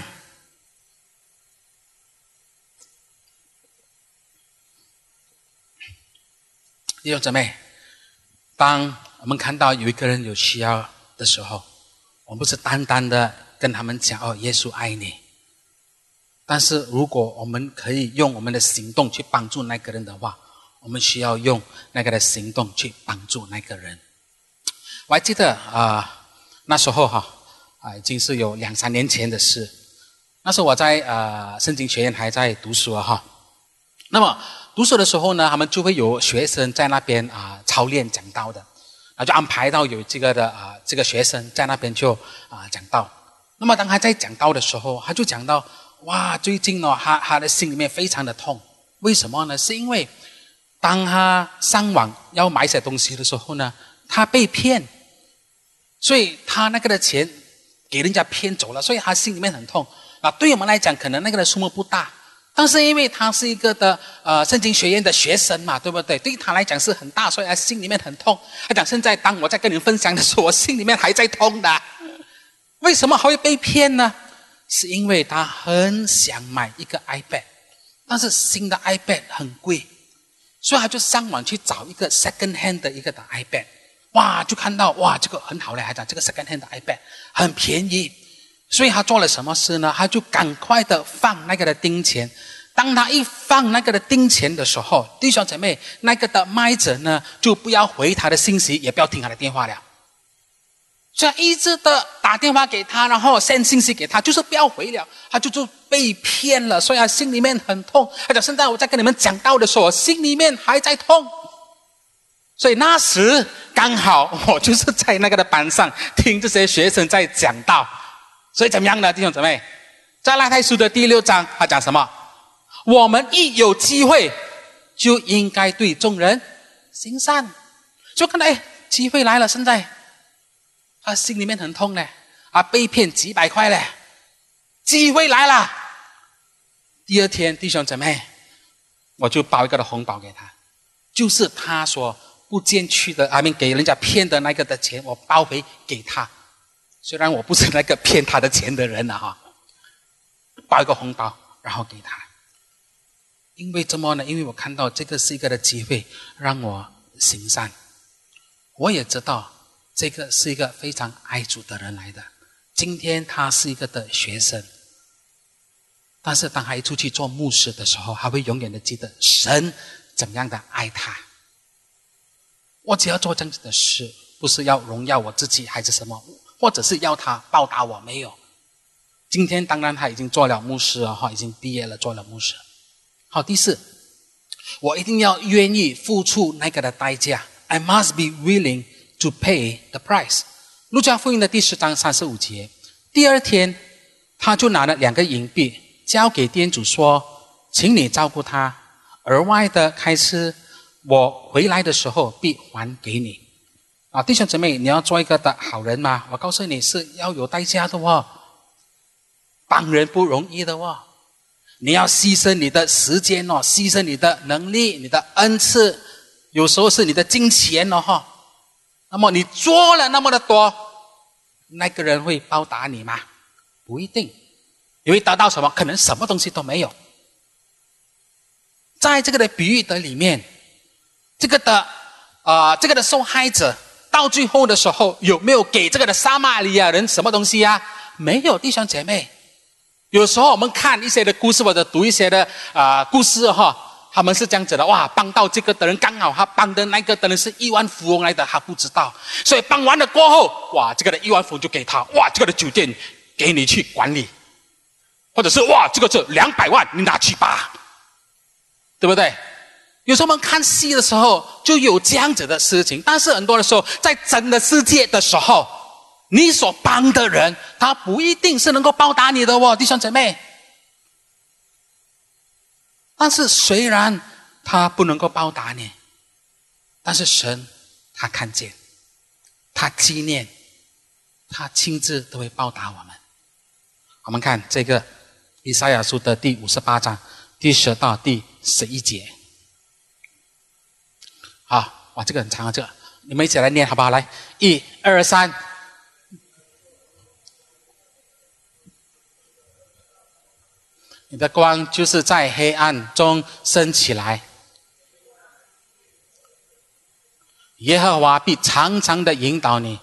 弟兄姊妹，当我们看到有一个人有需要的时候，我们不是单单的跟他们讲哦，耶稣爱你。但是如果我们可以用我们的行动去帮助那个人的话，我们需要用那个的行动去帮助那个人。我还记得啊、呃，那时候哈啊，已经是有两三年前的事。那时候我在呃圣经学院还在读书啊哈。那么读书的时候呢，他们就会有学生在那边啊、呃、操练讲道的，啊就安排到有这个的啊、呃、这个学生在那边就啊、呃、讲道。那么当他在讲道的时候，他就讲到哇，最近呢、哦，他他的心里面非常的痛。为什么呢？是因为当他上网要买些东西的时候呢，他被骗，所以他那个的钱给人家骗走了，所以他心里面很痛。啊，对我们来讲，可能那个的数目不大， 但是因为他是一个的呃圣经学院的学生嘛，对不对？对他来讲是很大，所以他心里面很痛。他讲现在当我在跟你们分享的时候，我心里面还在痛的。为什么还会被骗呢？是因为他很想买一个 iPad， 但是新的 iPad 很贵，所以他就上网去找一个 second hand 的一个的 iPad。哇，就看到哇这个很好嘞，还讲这个 second hand 的 iPad 很便宜。所以他做了什么事呢？他就赶快的放那个的钉钱。当他一放那个的钉钱的时候，弟兄姐妹，那个的卖者呢就不要回他的信息，也不要听他的电话了。所以一直的打电话给他，然后 send 信息给他，就是不要回了，他就就被骗了。所以他心里面很痛。他讲现在我在跟你们讲道的时候，我心里面还在痛。所以那时刚好我就是在那个的班上听这些学生在讲道。所以怎么样呢，弟兄姊妹？在拉太书的第六章，他讲什么？我们一有机会，就应该对众人行善。就看到哎，机会来了，现在他心里面很痛嘞，啊，被骗几百块嘞，机会来了。第二天，弟兄姊妹，我就包一个的红包给他，就是他所不见去的，I mean给人家骗的那个的钱，我包回给他。虽然我不是那个骗他的钱的人了哈，包一个红包然后给他。因为怎么呢？因为我看到这个是一个的机会让我行善。我也知道这个是一个非常爱主的人来的。今天他是一个的学生，但是当他一出去做牧师的时候，他会永远的记得神怎么样的爱他。我只要做这样子的事，不是要荣耀我自己还是什么，或者是要他报答我，没有。今天当然他已经做了牧师了，已经毕业了，做了牧师。好，第四，我一定要愿意付出那个的代价。I must be willing to pay the price。路加福音的第十章三十五节，第二天他就拿了两个银币，交给店主说：“请你照顾他，额外的开支，我回来的时候必还给你。”啊，弟兄姊妹，你要做一个的好人嘛？我告诉你是要有代价的哦，帮人不容易的哦。你要牺牲你的时间哦，牺牲你的能力、你的恩赐，有时候是你的金钱哦哈。那么你做了那么的多，那个人会报答你吗？不一定。你会得到什么？可能什么东西都没有。在这个的比喻的里面，这个的啊、呃，这个的受害者到最后的时候，有没有给这个的撒玛利亚人什么东西啊？没有，弟兄姐妹。有时候我们看一些的故事，或者读一些的啊、呃、故事哈，他们是这样子的，哇，帮到这个的人，刚好他帮的那个的人是亿万富翁来的，他不知道，所以帮完了过后，哇，这个的亿万富翁就给他，哇，这个的酒店给你去管理，或者是哇，这个是两百万，你拿去吧，对不对？有时候我们看戏的时候就有这样子的事情，但是很多的时候，在真的世界的时候，你所帮的人，他不一定是能够报答你的哦，弟兄姐妹。但是虽然他不能够报答你，但是神他看见，他纪念，他亲自都会报答我们。我们看这个以赛亚书的第五十八章第十到第十一节。好，哇，这个很长啊，这个你们一起来念好不好？来，一二三。你的光就是在黑暗中升起来，耶和华必常常的引导你，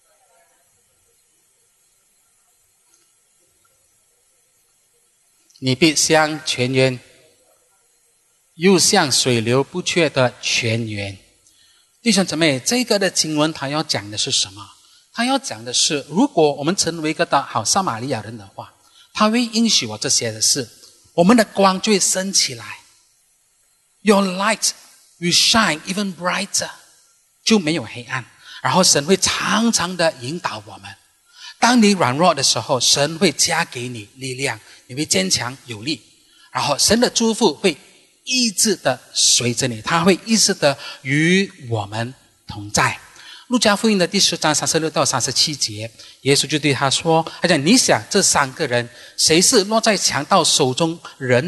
你必像泉源，又像水流不缺的泉源。弟兄姊妹，这个的经文他要讲的是什么？他要讲的是，如果我们成为一个的好撒玛利亚人的话，他会应许我这些的事，我们的光就会升起来。Your light will shine even brighter， 就没有黑暗。然后神会常常的引导我们。当你软弱的时候，神会加给你力量，你会坚强有力。然后神的祝福会一直的随着你，他会一直的与我们同在。路加福音的第十章三十六到三十七节，耶稣就对他说：“他讲，你想这三个人，谁是落在强盗手中人的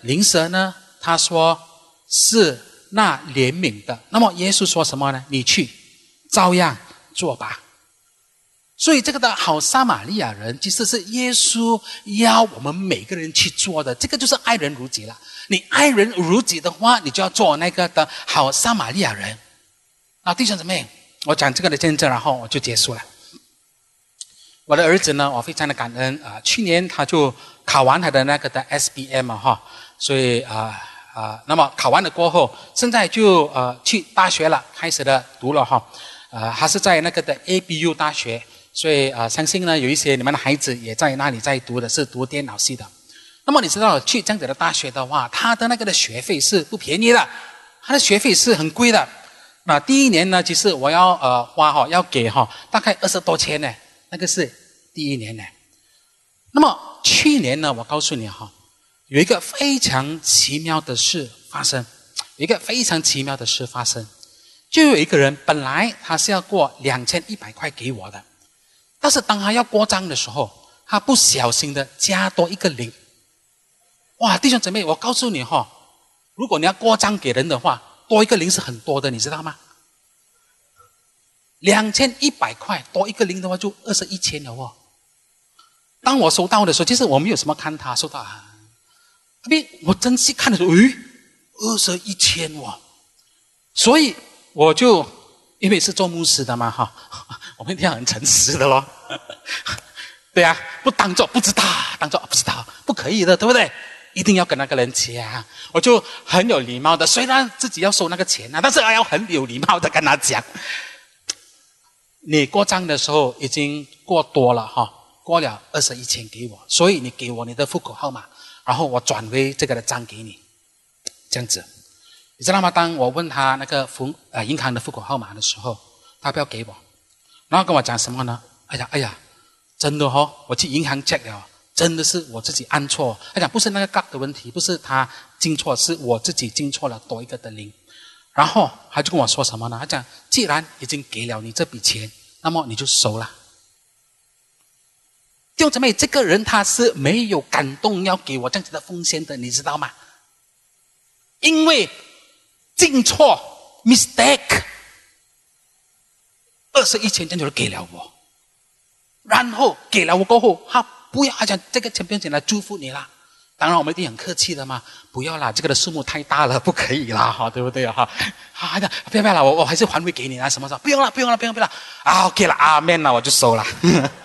灵蛇呢？他说是那怜悯的。那么耶稣说什么呢？你去，照样做吧。所以这个的好撒玛利亚人，其实是耶稣要我们每个人去做的。这个就是爱人如己了。你爱人如己的话，你就要做那个的好撒玛利亚人。啊，弟兄姊妹，我讲这个的见证，然后我就结束了。我的儿子呢，我非常的感恩啊、呃！去年他就考完他的那个的 S B M 啊，哈，所以啊啊、呃呃，那么考完了过后，现在就呃去大学了，开始了读了哈，呃，还是在那个的 A B U 大学。所以啊、呃，相信呢，有一些你们的孩子也在那里在读的，是读电脑系的。那么你知道，去这样子的大学的话，他的那个的学费是不便宜的，他的学费是很贵的。那第一年呢，其实我要呃花哈，要给哈大概二十多千呢，那个是第一年呢。那么去年呢，我告诉你哈，有一个非常奇妙的事发生，有一个非常奇妙的事发生，就有一个人本来他是要过两千一百块给我的。但是当他要过账的时候，他不小心的加多一个零。哇，弟兄姊妹，我告诉你哈，如果你要过账给人的话，多一个零是很多的，你知道吗？两千一百块多一个零的话，就二十一千了哦。当我收到的时候，其实我没有什么看他收到啊，我真细看的时候，诶，二十一千哇！所以我就因为是做牧师的嘛哈。我们一定要很诚实的咯，对啊，不当做不知道，当做不知道，不可以的，对不对？一定要跟那个人讲，我就很有礼貌的，虽然自己要收那个钱啊，但是还要很有礼貌的跟他讲，你过账的时候已经过多了哈，过了二十一千给我，所以你给我你的户口号码，然后我转回这个的账给你，这样子，你知道吗？当我问他那个付呃银行的户口号码的时候，他不要给我。然后跟我讲什么呢？哎呀，哎呀，真的哦，我去银行 check 了，真的是我自己按错。他讲不是那个 gag 的问题，不是他进错，是我自己进错了多一个的零。然后他就跟我说什么呢？他讲，既然已经给了你这笔钱，那么你就收了。弟兄姊妹，这个人他是没有感动要给我这样子的奉献的，你知道吗？因为进错 mistake。二十一千这样就给了我，然后给了我过后，他不要，他讲这个钱不用钱来祝福你啦。当然我们一定很客气的嘛，不要啦，这个的数目太大了，不可以啦，哈，对不对哈？啊，不要不要啦，我我还是还回给你啦，什么时候？不用了，不用了，不用不用了，啊 ，OK 了，阿门了，我就收了。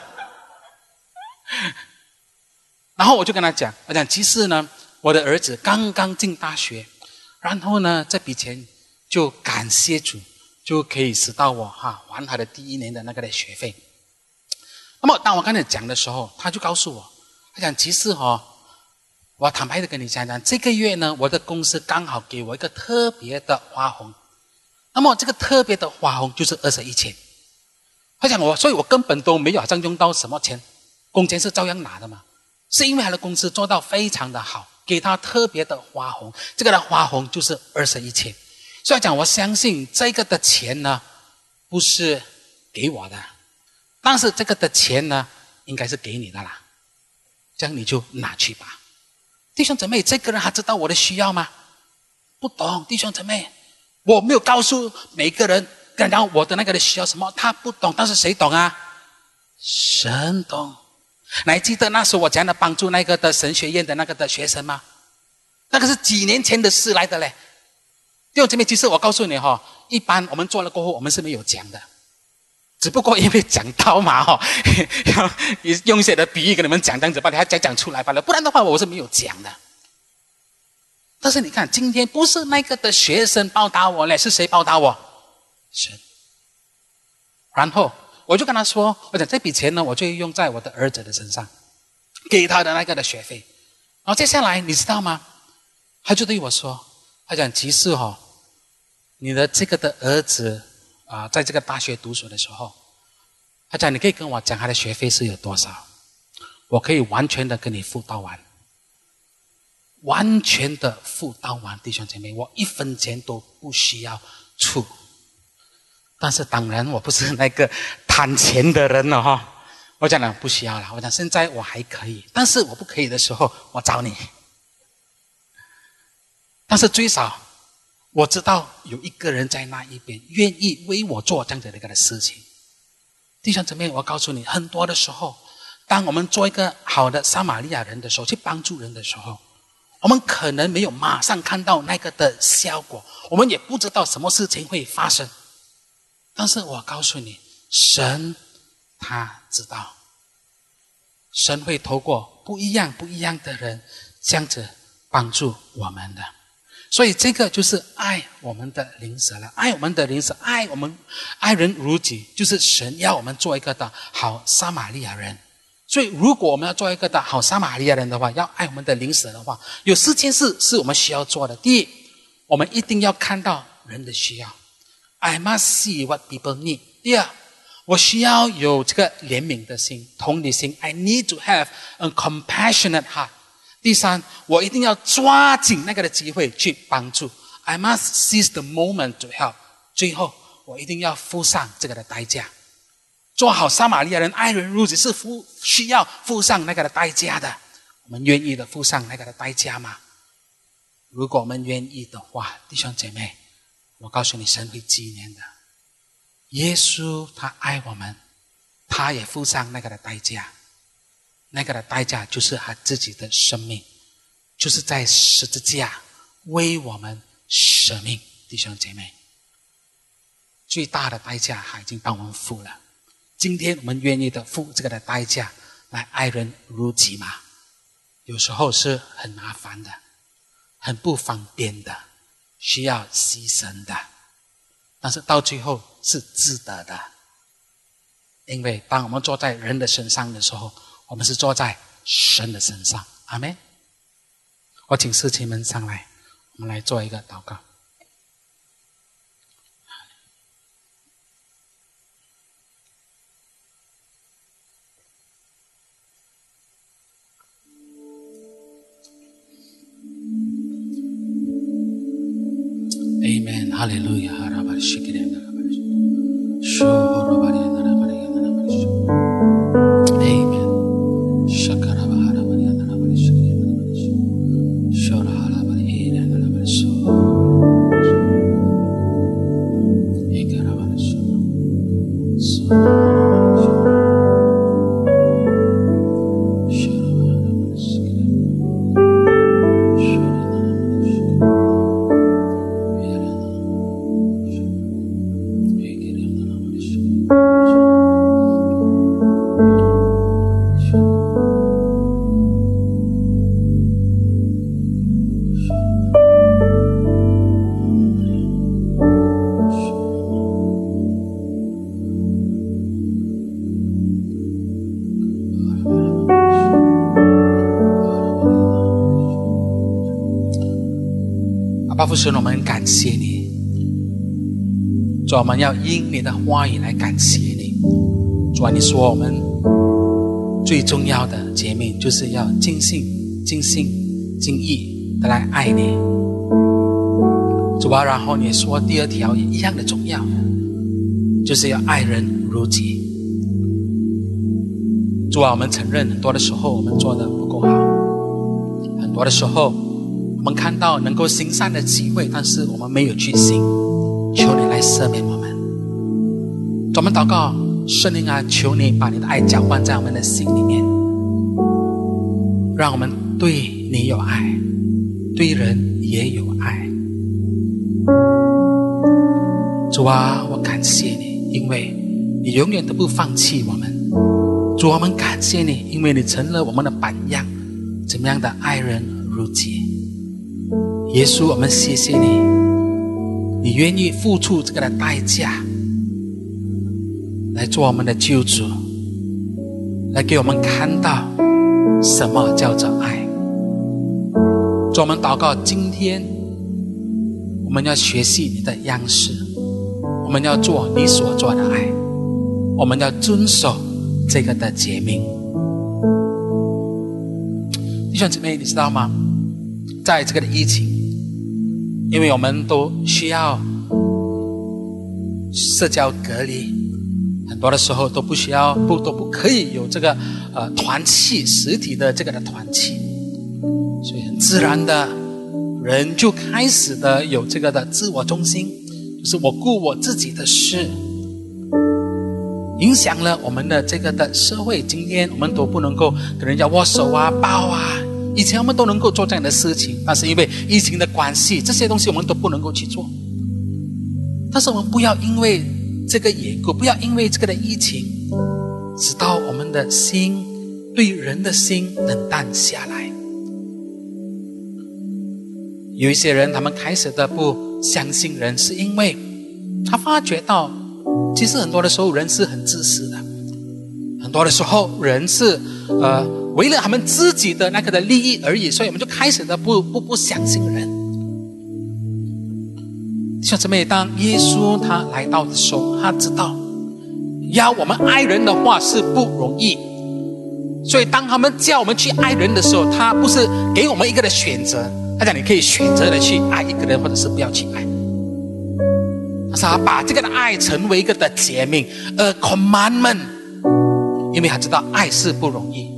然后我就跟他讲，我讲其实呢，我的儿子刚刚进大学，然后呢，这笔钱就感谢主。就可以使到我哈还他的第一年的那个的学费。那么当我刚才讲的时候，他就告诉我，他讲其实哦，我坦白的跟你讲讲，这个月呢，我的公司刚好给我一个特别的花红。那么这个特别的花红就是二十一千。他讲我，所以我根本都没有好像用到什么钱，工钱是照样拿的嘛，是因为他的公司做到非常的好，给他特别的花红，这个的花红就是二十一千。所以讲，我相信这个的钱呢，不是给我的，但是这个的钱呢，应该是给你的啦。这样你就拿去吧。弟兄姊妹，这个人还知道我的需要吗？不懂，弟兄姊妹，我没有告诉每个人，刚刚我的那个人需要什么，他不懂，但是谁懂啊？神懂。你还记得那时候我讲的帮助那个的神学院的那个的学生吗？那个是几年前的事来的嘞。弟兄姊妹，其实我告诉你哈，一般我们做了过后，我们是没有讲的，只不过因为讲到嘛哈，用一些的比喻跟你们讲这样子，把它讲讲出来罢了，不然的话我是没有讲的。但是你看，今天不是那个的学生报答我嘞，是谁报答我？神。然后我就跟他说，我讲这笔钱呢，我就用在我的儿子的身上，给他的那个的学费。然后接下来你知道吗？他就对我说，他讲其实哈、哦。你的这个的儿子啊、呃，在这个大学读书的时候，他讲你可以跟我讲他的学费是有多少，我可以完全的跟你付到完，完全的付到完，弟兄姐妹，我一分钱都不需要出。但是当然我不是那个贪钱的人了哈，我讲了不需要了，我讲现在我还可以，但是我不可以的时候，我找你。 但是最少我知道有一个人在那一边愿意为我做这样子的一个事情。弟兄姊妹，我告诉你，很多的时候当我们做一个好的撒玛利亚人的时候，去帮助人的时候，我们可能没有马上看到那个的效果，我们也不知道什么事情会发生。但是我告诉你，神他知道，神会透过不一样不一样的人这样子帮助我们的。所以这个就是爱我们的邻舍了，爱我们的邻舍，爱我们爱人如己，就是神要我们做一个的好撒玛利亚人。所以如果我们要做一个的好撒玛利亚人的话，要爱我们的邻舍的话，有四件事是我们需要做的。第一，我们一定要看到人的需要， I must see what people need。 第二，我需要有这个怜悯的心，同理心， I need to have a compassionate heart。 第三，我一定要抓紧那个的机会去帮助， I must seize the moment to help。 最后，我一定要付上这个的代价。做好撒玛利亚人，爱人如己，是付需要付上那个的代价的。我们愿意的付上那个的代价吗？如果我们愿意的话，弟兄姐妹，我告诉你，神会纪念的。耶稣他爱我们，他也付上那个的代价，那个的代价就是他自己的生命，就是在十字架为我们舍命。弟兄姐妹，最大的代价他已经帮我们付了。今天我们愿意的付这个的代价来爱人如己吗？有时候是很麻烦的，很不方便的，需要牺牲的，但是到最后是值得的。因为当我们坐在人的身上的时候，我们是坐在神的身上。阿们。我请师亲们上来，我们来做一个祷告。Amen. Hallelujah. Amen.阿爸父神，我们感谢你，主，我们要因你的话语来感谢你。主啊，你说我们最重要的诫命就是要尽心、尽心、尽意的来爱你。主啊，然后你说第二条也一样的重要，就是要爱人如己。主啊，我们承认很多的时候我们做的不够好，很多的时候我们看到能够行善的机会，但是我们没有去行，求你来赦免我们。我们祷告，圣灵啊，求你把你的爱浇灌在我们的心里面，让我们对你有爱，对人也有爱。主啊，我感谢你，因为你永远都不放弃我们。主，我们感谢你，因为你成了我们的榜样，怎么样的爱人如己。耶稣，我们谢谢你，你愿意付出这个的代价来做我们的救主，来给我们看到什么叫做爱。主，我们祷告，今天我们要学习你的样式，我们要做你所做的爱，我们要遵守这个的诫命。弟兄姊妹，你知道吗？在这个的疫情，因为我们都需要社交隔离，很多的时候都不需要不都不可以有这个呃团契，实体的这个的团契，所以很自然的人就开始的有这个的自我中心，就是我顾我自己的事，影响了我们的这个的社会。今天我们都不能够跟人家握手啊、抱啊，以前我们都能够做这样的事情，但是因为疫情的关系，这些东西我们都不能够去做。但是我们不要因为这个缘故，不要因为这个的疫情，直到我们的心对人的心冷淡下来。有一些人他们开始的不相信人，是因为他发觉到其实很多的时候人是很自私的，很多的时候人是呃为了他们自己的那个的利益而已，所以我们就开始的不不不相信人。弟兄姊妹，当耶稣他来到的时候，他知道要我们爱人的话是不容易，所以当他们叫我们去爱人的时候，他不是给我们一个的选择，他讲你可以选择的去爱一个人，或者是不要去爱。但是他把这个的爱成为一个的诫命 ，a commandment， 因为他知道爱是不容易。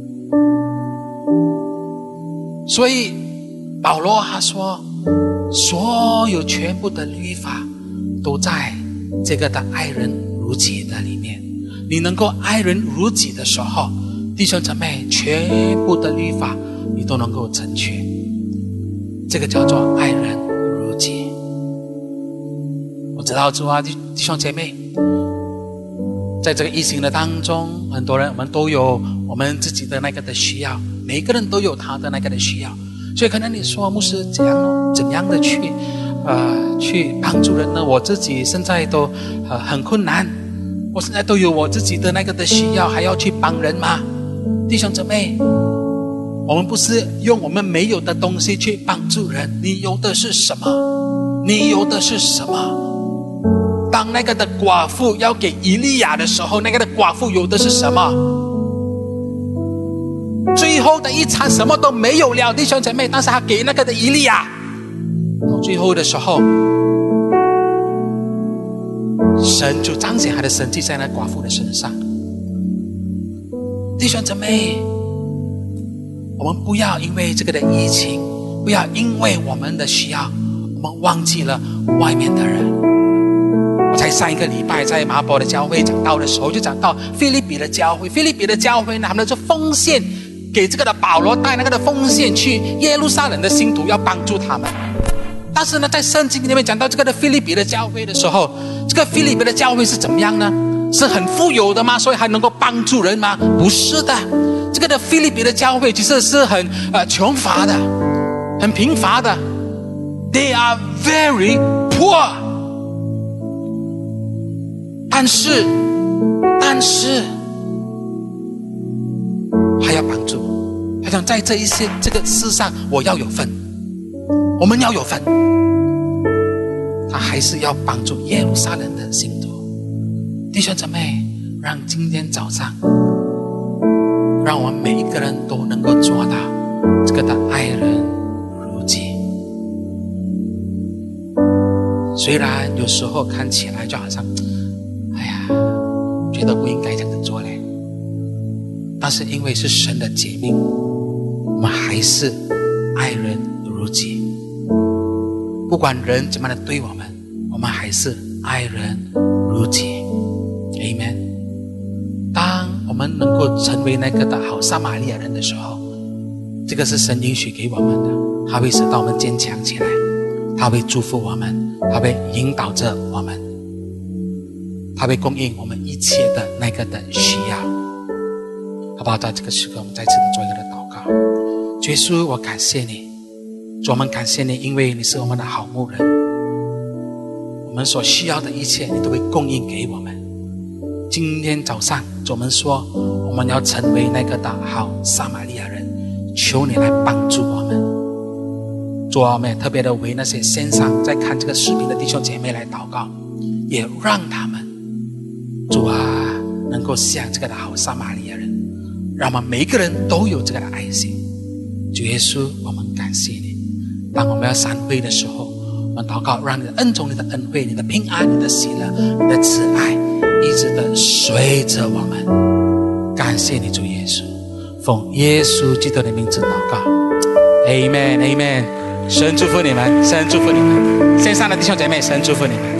所以保罗他说，所有全部的律法都在这个的爱人如己的里面。你能够爱人如己的时候，弟兄姊妹，全部的律法你都能够成全。这个叫做爱人如己。我知道主啊，弟兄姐妹，在这个疫情的当中，很多人我们都有我们自己的那个的需要，每一个人都有他的那个的需要。所以可能你说，牧师怎样怎样的去呃去帮助人呢？我自己现在都呃很困难，我现在都有我自己的那个的需要，还要去帮人吗？弟兄姊妹，我们不是用我们没有的东西去帮助人，你有的是什么？你有的是什么？当那个的寡妇要给以利亚的时候，那个的寡妇有的是什么？最后的一餐什么都没有了，弟兄姐妹，但是他给那个的以利亚，到最后的时候，神就彰显他的神迹在那寡妇的身上。弟兄姊妹，我们不要因为这个的疫情，不要因为我们的需要，我们忘记了外面的人。我在上一个礼拜在马波的教会讲到的时候，就讲到腓立比的教会，腓立比的教会呢，他们就奉献给这个的保罗带那个的奉献去耶路撒冷的信徒，要帮助他们。但是呢，在圣经里面讲到这个的腓立比的教会的时候，这个腓立比的教会是怎么样呢？是很富有的吗？所以还能够帮助人吗？不是的，这个的腓立比的教会其实是很呃穷乏的，很贫乏的。They are very poor。但是，但是还要帮助，好像在这一些这个世上，我要有份，我们要有份。他还是要帮助耶路撒冷的信徒。弟兄姊妹，让今天早上，让我们每一个人都能够做到这个的爱人如己。虽然有时候看起来就好像，哎呀，觉得不应该这样子做嘞，但是因为是神的诫命，我们还是爱人如己。不管人怎么样的对我们，我们还是爱人如己。 Amen。 当我们能够成为那个的好撒玛利亚人的时候，这个是神允许给我们的，他会使到我们坚强起来，他会祝福我们，他会引导着我们，他会供应我们一切的那个的需要，好不好？在这个时刻我们再次的做一个的祷告。主耶稣，我感谢你，主，我们感谢你，因为你是我们的好牧人，我们所需要的一切你都会供应给我们。今天早上主，我们说我们要成为那个的好撒玛利亚人，求你来帮助我们。主啊，我们也特别的为那些线上在看这个视频的弟兄姐妹来祷告，也让他们主啊能够像这个的好撒玛利亚人，让我们每一个人都有这个的爱心。主耶稣，我们感谢你。当我们要散会的时候，我们祷告，让你的恩宠、你的恩惠、你的平安、你的喜乐、你的慈爱一直的随着我们。感谢你，主耶稣，奉耶稣基督的名字祷告 ，Amen，Amen。 神祝福你们，神祝福你们，线上的弟兄姐妹，神祝福你们。